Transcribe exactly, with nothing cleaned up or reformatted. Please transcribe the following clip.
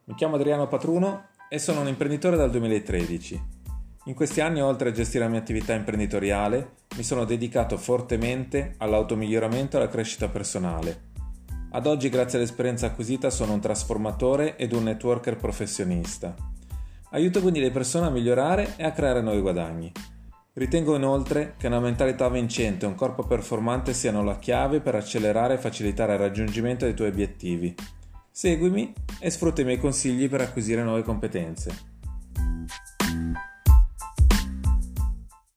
Mi chiamo Adriano Patruno e sono un imprenditore dal duemilatredici. In questi anni, oltre a gestire la mia attività imprenditoriale, mi sono dedicato fortemente all'automiglioramento e alla crescita personale. Ad oggi, grazie all'esperienza acquisita, sono un trasformatore ed un networker professionista. Aiuto quindi le persone a migliorare e a creare nuovi guadagni. Ritengo inoltre che una mentalità vincente e un corpo performante siano la chiave per accelerare e facilitare il raggiungimento dei tuoi obiettivi. Seguimi e sfrutta i miei consigli per acquisire nuove competenze.